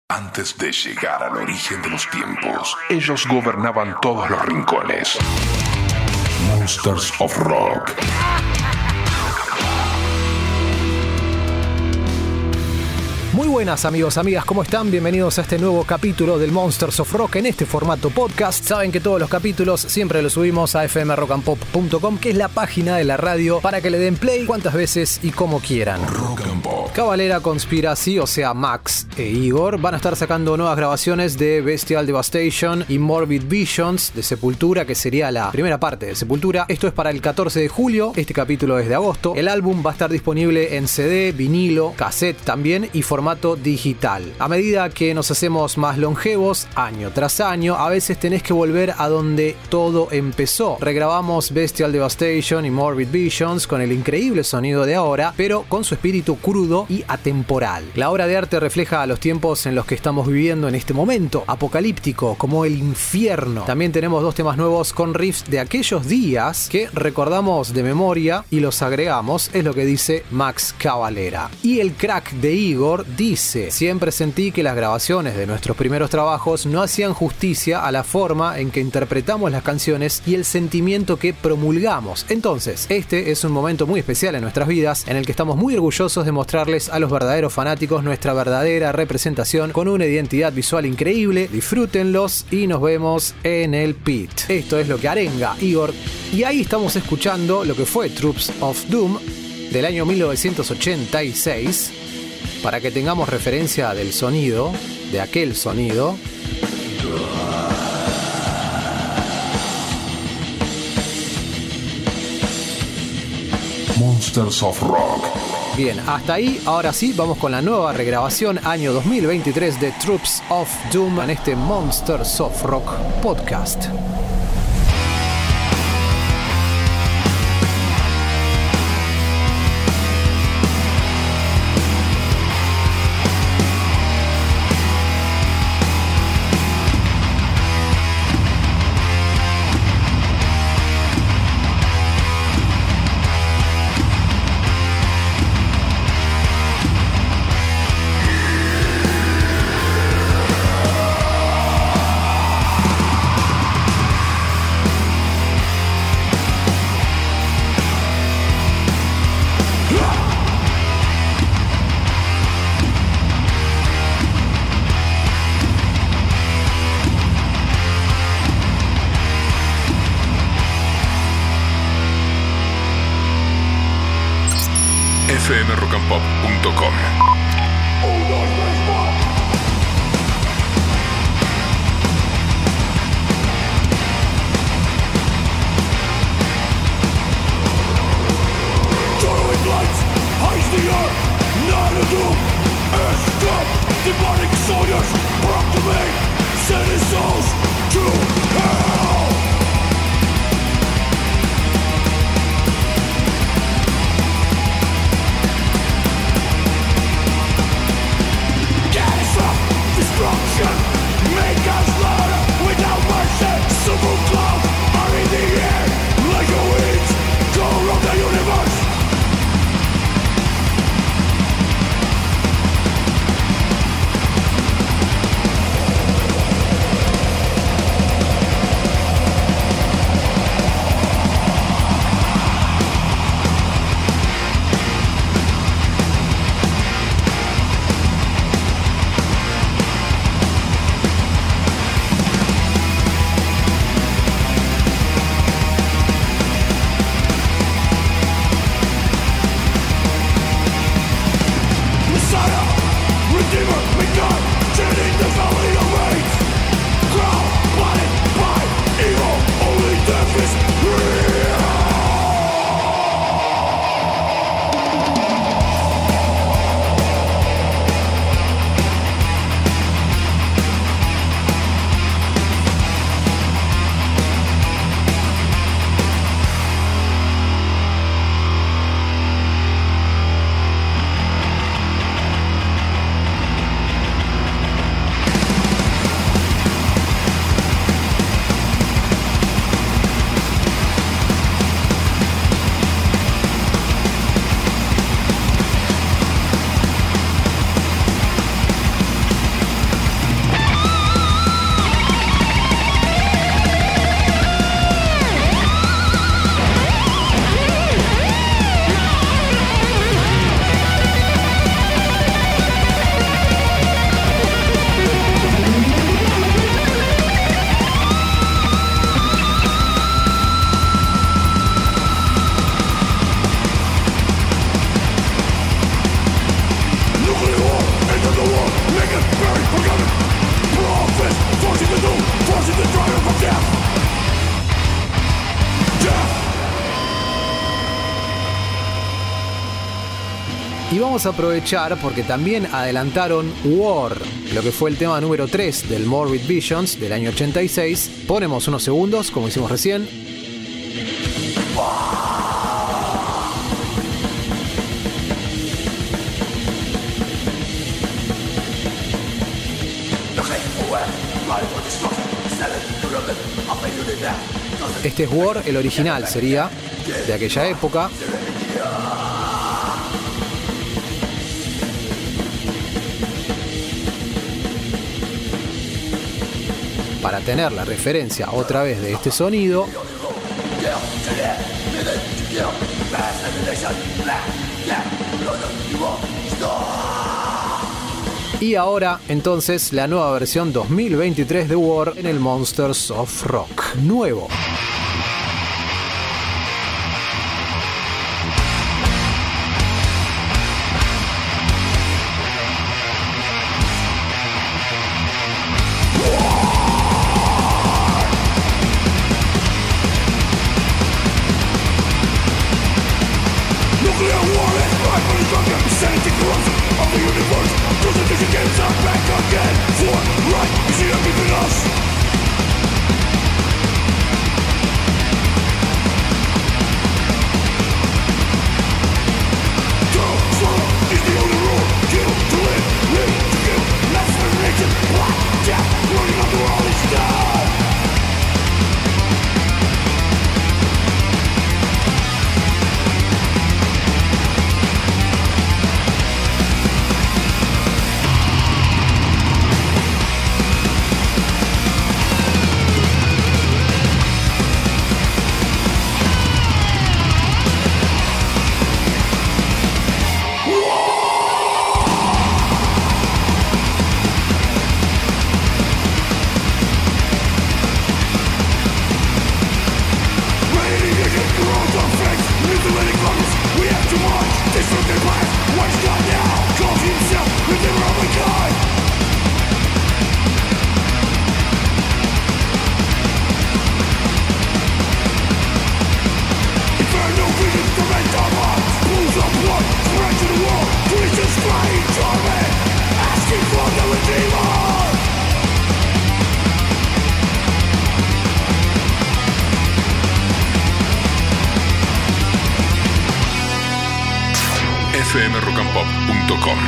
Antes de llegar al origen de los tiempos, ellos gobernaban todos los rincones. Monsters of Rock. Muy buenas amigos, amigas, ¿cómo están? Bienvenidos a este nuevo capítulo del Monsters of Rock en este formato podcast. Saben que todos los capítulos siempre los subimos a fmrockandpop.com, que es la página de la radio, para que le den play cuantas veces y como quieran. Rock and Pop. Cavalera Conspiracy, o sea Max e Igor, van a estar sacando nuevas grabaciones de Bestial Devastation y Morbid Visions de Sepultura, que sería la primera parte de Sepultura. Esto es para el 14 de julio, este capítulo es de agosto. El álbum va a estar disponible en CD, vinilo, cassette también y formato digital. A medida que nos hacemos más longevos, año tras año, a veces tenés que volver a donde todo empezó. Regrabamos Bestial Devastation y Morbid Visions con el increíble sonido de ahora, pero con su espíritu crudo y atemporal. La obra de arte refleja los tiempos en los que estamos viviendo en este momento, apocalíptico, como el infierno. También tenemos dos temas nuevos con riffs de aquellos días que recordamos de memoria y los agregamos, es lo que dice Max Cavalera. Y el crack de Igor dice: siempre sentí que las grabaciones de nuestros primeros trabajos no hacían justicia a la forma en que interpretamos las canciones y el sentimiento que promulgamos. Entonces, este es un momento muy especial en nuestras vidas, en el que estamos muy orgullosos de mostrarles a los verdaderos fanáticos nuestra verdadera representación con una identidad visual increíble. Disfrútenlos y nos vemos en el pit. Esto es lo que arenga Igor, y ahí estamos escuchando lo que fue Troops of Doom del año 1986, para que tengamos referencia del sonido, de aquel sonido. Monsters of Rock. Bien, hasta ahí, ahora sí, vamos con la nueva regrabación año 2023 de Troops of Doom en este Monsters of Rock podcast. fmrockandpop.com. Demonic soldiers brought to me, sending souls to hell. Destruction, make us louder without mercy. Super clouds are in the air like a winds go around the universe. vamos a aprovechar porque también adelantaron War, lo que fue el tema número 3 del Morbid Visions del año 86. Ponemos unos segundos, como hicimos recién. Este es War, el original sería, de aquella época. Para tener la referencia otra vez de este sonido. Y ahora, entonces, la nueva versión 2023 de War en el Monsters of Rock nuevo. fmrockandpop.com.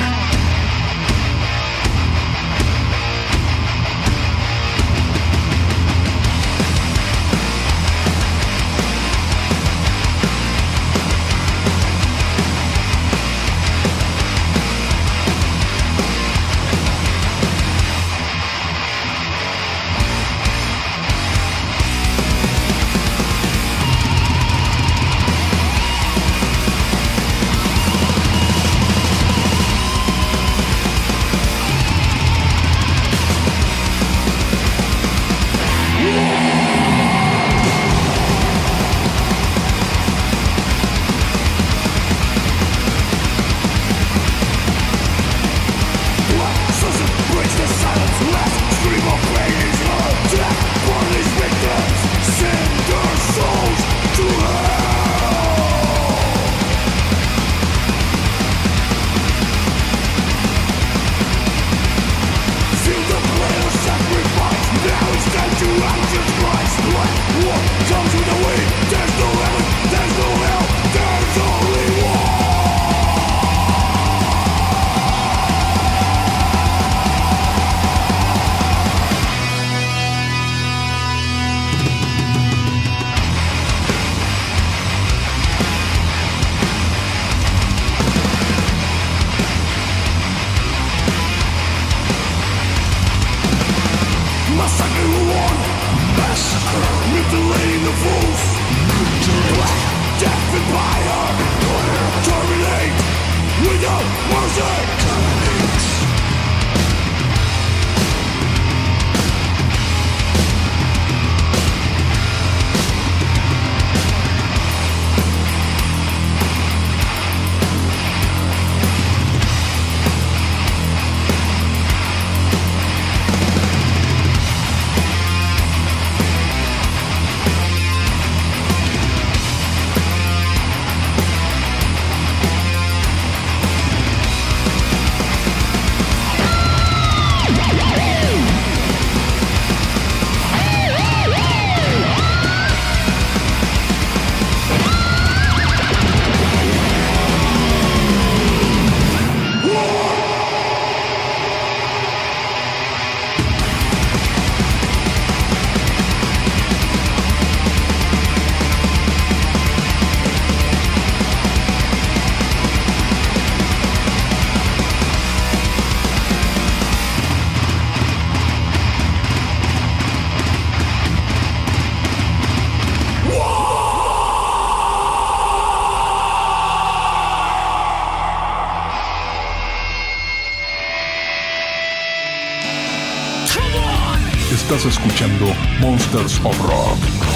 Estás escuchando Monsters of Rock.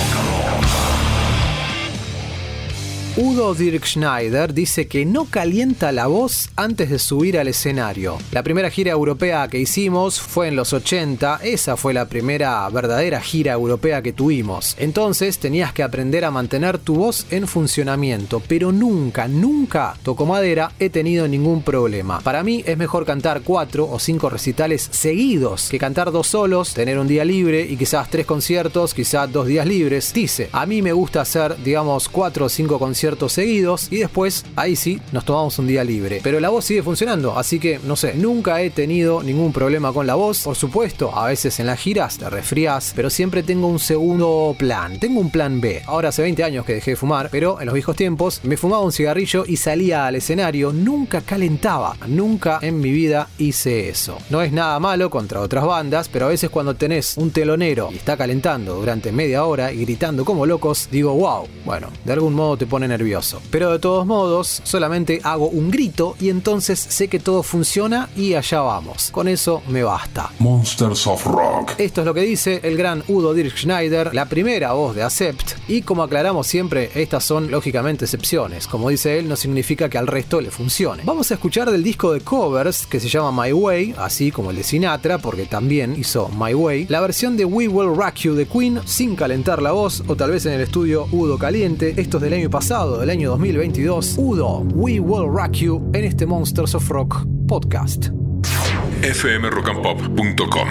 Udo Dirk Schneider dice que no calienta la voz antes de subir al escenario. La primera gira europea que hicimos fue en los 80, esa fue la primera verdadera gira europea que tuvimos. Entonces tenías que aprender a mantener tu voz en funcionamiento, pero nunca, toco madera, he tenido ningún problema. Para mí es mejor cantar 4 o 5 recitales seguidos que cantar 2 solos, tener un día libre y quizás 3 conciertos, quizás 2 días libres. Dice, a mí me gusta hacer, digamos, 4 o 5 conciertos seguidos y después, ahí sí, nos tomamos un día libre. Pero la voz sigue funcionando, así que, no sé, nunca he tenido ningún problema con la voz. Por supuesto, a veces en las giras te resfrías, pero siempre tengo un segundo plan. Tengo un plan B. Ahora hace 20 años que dejé de fumar, pero en los viejos tiempos me fumaba un cigarrillo y salía al escenario. Nunca calentaba, nunca en mi vida hice eso. No es nada malo contra otras bandas, pero a veces cuando tenés un telonero y está calentando durante media hora y gritando como locos, digo, wow, bueno, de algún modo te pone nervioso. Pero de todos modos, solamente hago un grito y entonces sé que todo funciona y allá vamos. Con eso me basta. Monsters of Rock. Esto es lo que dice el gran Udo Dirk Schneider, la primera voz de Accept, y como aclaramos siempre, estas son lógicamente excepciones. Como dice él, no significa que al resto le funcione. Vamos a escuchar del disco de covers que se llama My Way, así como el de Sinatra, porque también hizo My Way, la versión de We Will Rock You de Queen sin calentar la voz, o tal vez en el estudio Udo caliente. Esto es del año pasado, del año 2022. Udo, We Will Rock You en este Monsters of Rock podcast. fmrockandpop.com.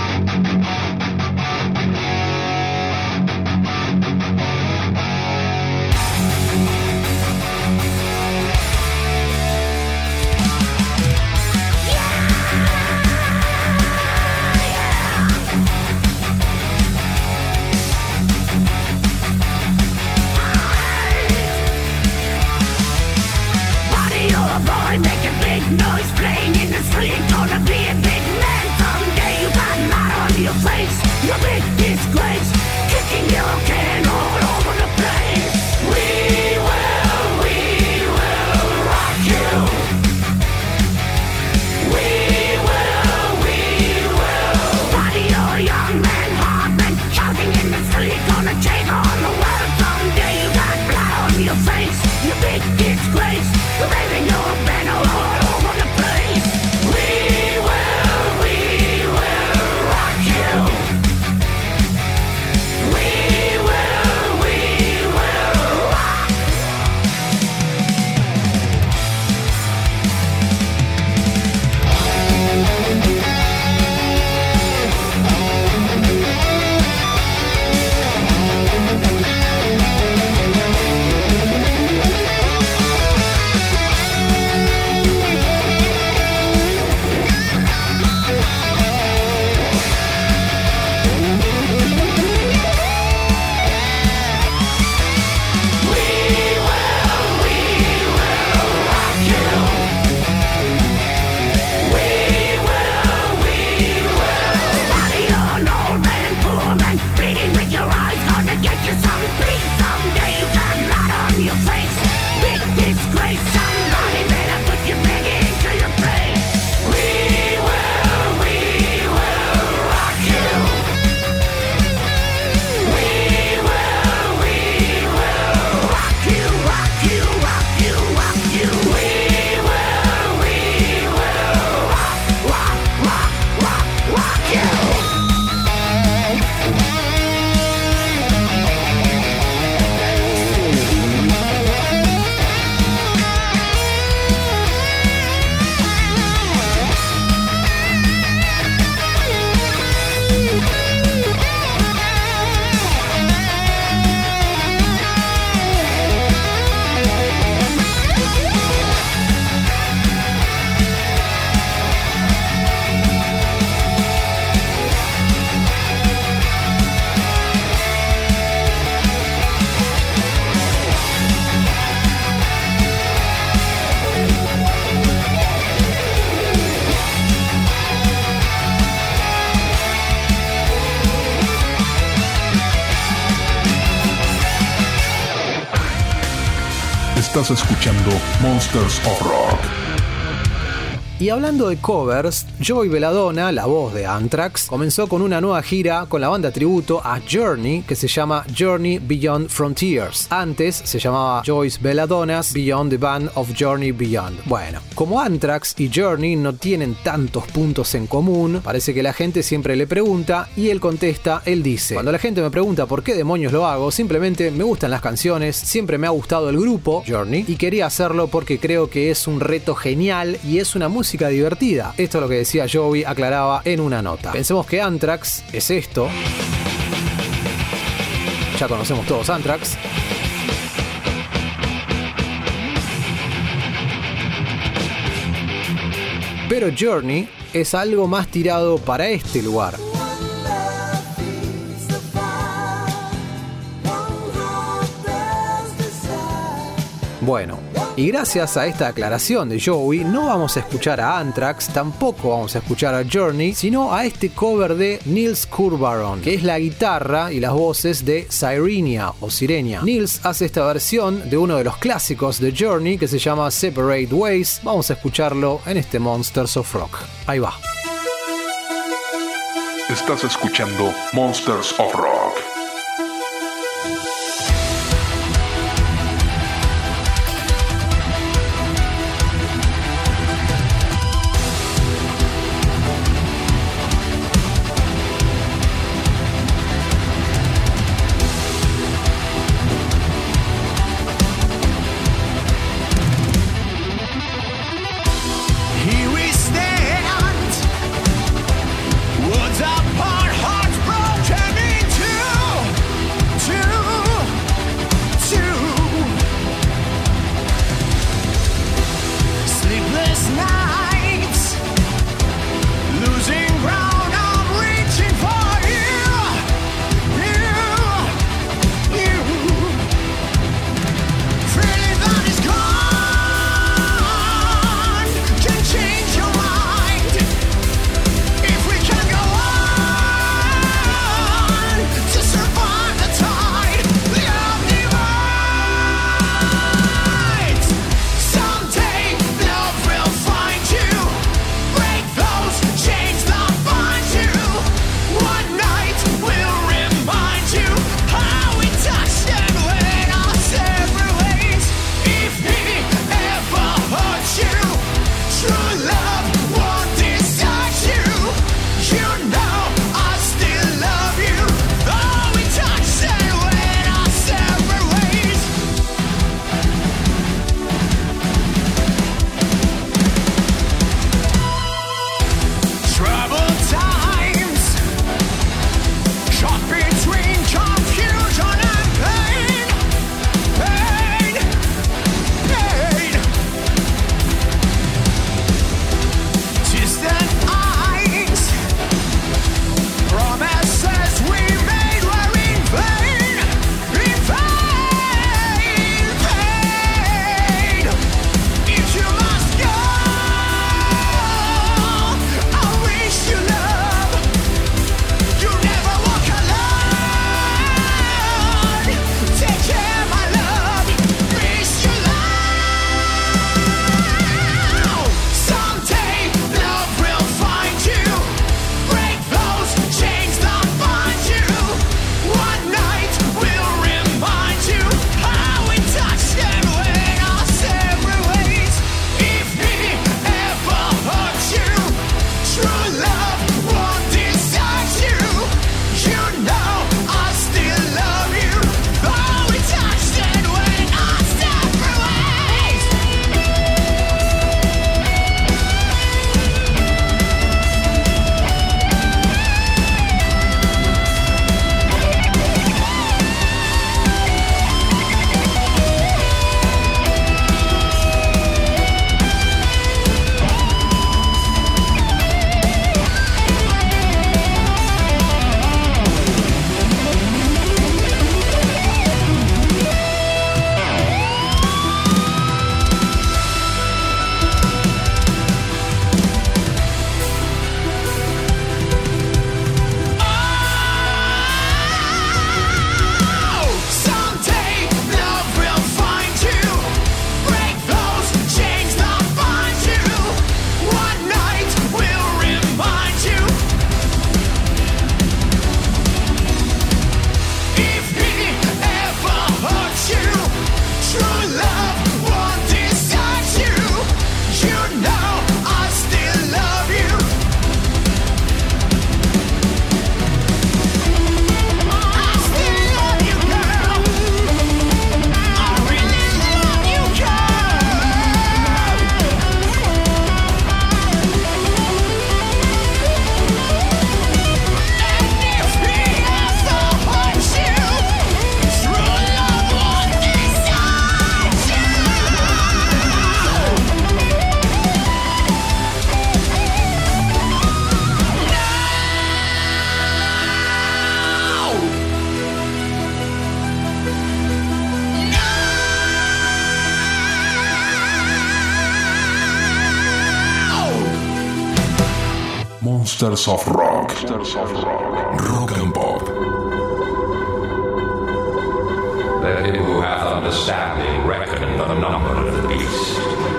Make a big noise playing in the street. Gonna be a big man someday. You got mud on your face, your big disgrace, kicking your can all over the place. We will rock you. We will. Body your young man, hard man, shouting in the street. Gonna take on the world someday. You got blood on your face, your big disgrace, waving your banner all over the place. We will rock you. We will rock. Estás escuchando Monsters of Rock. Y hablando de covers, Joey Belladonna, la voz de Anthrax, comenzó con una nueva gira con la banda tributo a Journey que se llama Journey Beyond Frontiers. Antes se llamaba Joyce Belladonna's Beyond the Band of Journey Beyond. Bueno, como Anthrax y Journey no tienen tantos puntos en común, parece que la gente siempre le pregunta y él contesta, él dice: cuando la gente me pregunta por qué demonios lo hago, simplemente me gustan las canciones, siempre me ha gustado el grupo Journey y quería hacerlo porque creo que es un reto genial y es una música divertida. Esto es lo que decía Joey, aclaraba en una nota. Pensemos que Anthrax es esto. Ya conocemos todos Anthrax. Pero Journey es algo más tirado para este lugar. Bueno, y gracias a esta aclaración de Joey, no vamos a escuchar a Anthrax, tampoco vamos a escuchar a Journey, sino a este cover de Nils Curbaron, que es la guitarra y las voces de Sirenia o Sirenia. Nils hace esta versión de uno de los clásicos de Journey que se llama Separate Ways. Vamos a escucharlo en este Monsters of Rock. Ahí va. Estás escuchando Monsters of Rock. Words apart, hearts broken in two. Monsters of Rock. Rock and Pop. Let him who hath understanding reckon the number of the beast.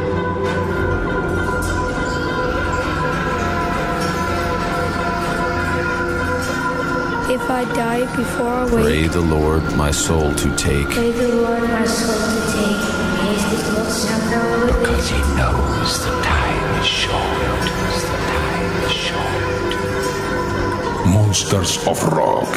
If I die before I wake, pray the Lord my soul to take. pray the Lord my soul to take. Haste his looks never will Because he knows the time is short. Monsters of Rock.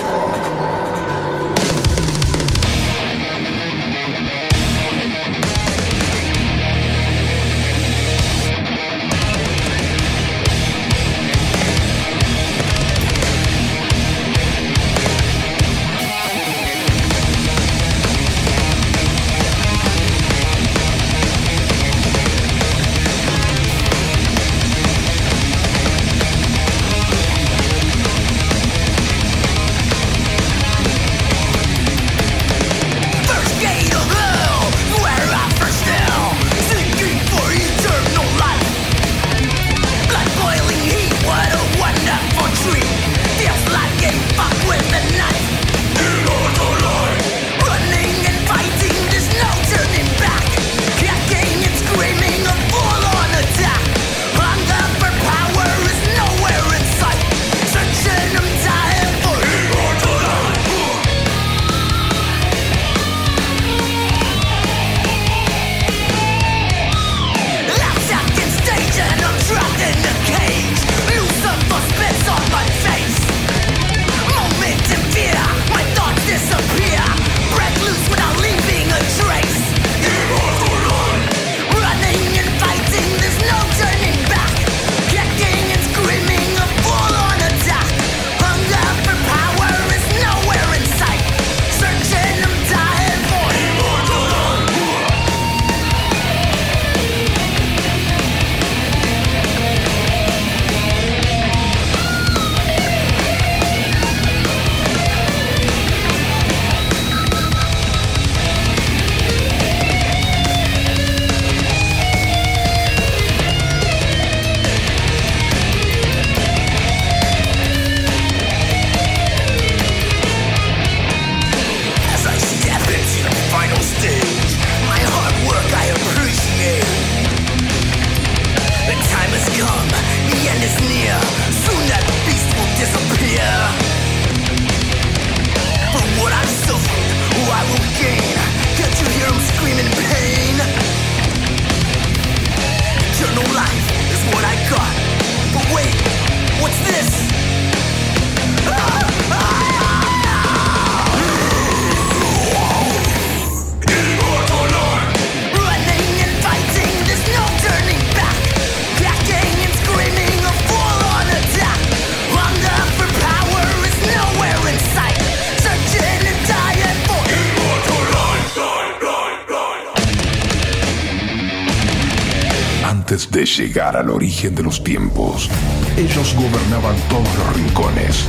Antes de llegar al origen de los tiempos, ellos gobernaban todos los rincones.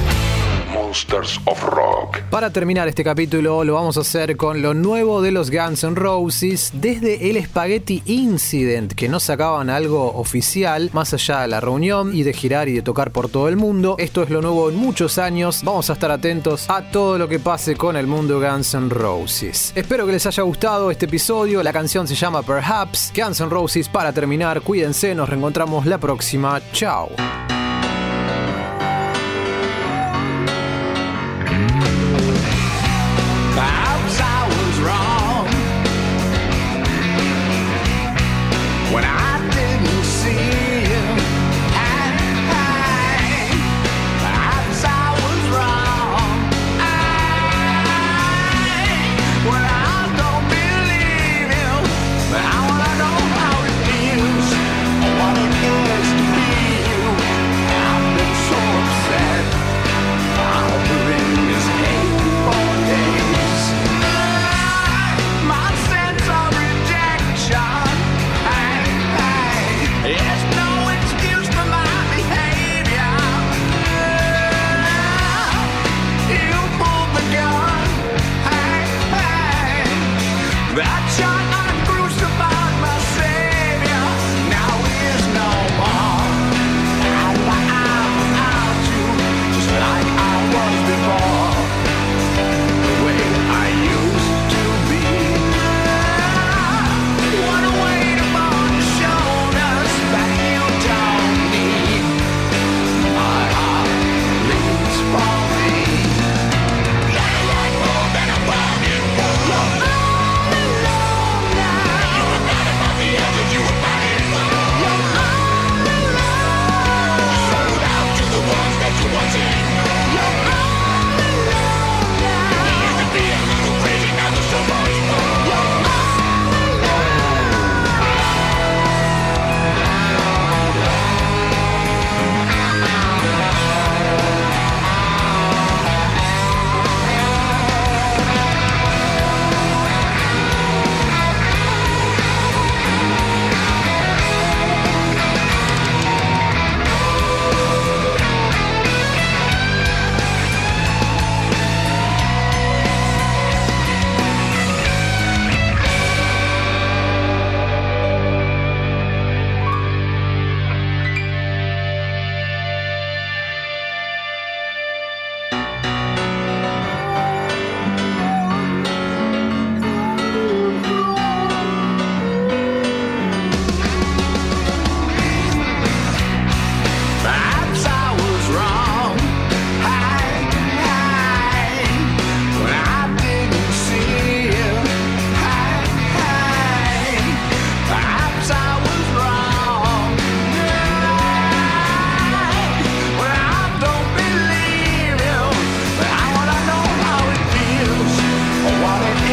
Monsters of Rock. Para terminar este capítulo lo vamos a hacer con lo nuevo de los Guns N' Roses, desde el Spaghetti Incident, que no sacaban algo oficial más allá de la reunión y de girar y de tocar por todo el mundo. Esto es lo nuevo en muchos años. Vamos a estar atentos a todo lo que pase con el mundo Guns N' Roses. Espero que les haya gustado este episodio. La canción se llama Perhaps. Guns N' Roses para terminar. Cuídense, nos reencontramos la próxima. Chao. Perhaps I was wrong when I didn't see you. Perhaps I was wrong when I don't believe you. But I wanna know how it feels, what it is to be you.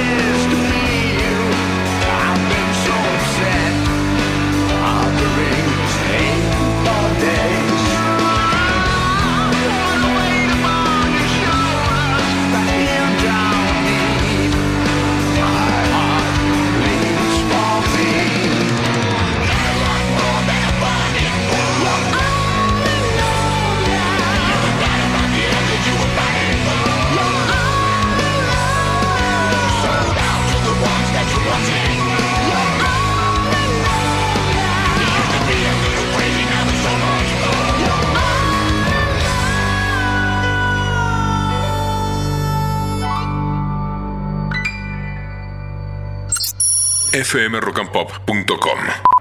is to meet you. I've been so upset. I've been staying for days. One weight upon your shoulders, the hand down deep. My heart bleeds for me. I want more than a body. You only know that. You forgot about the end that you were fighting for. You only know. Sold out to the ones that you're watching. You only know that. You used to be a little crazy, now there's so much more. You fmrockandpop.com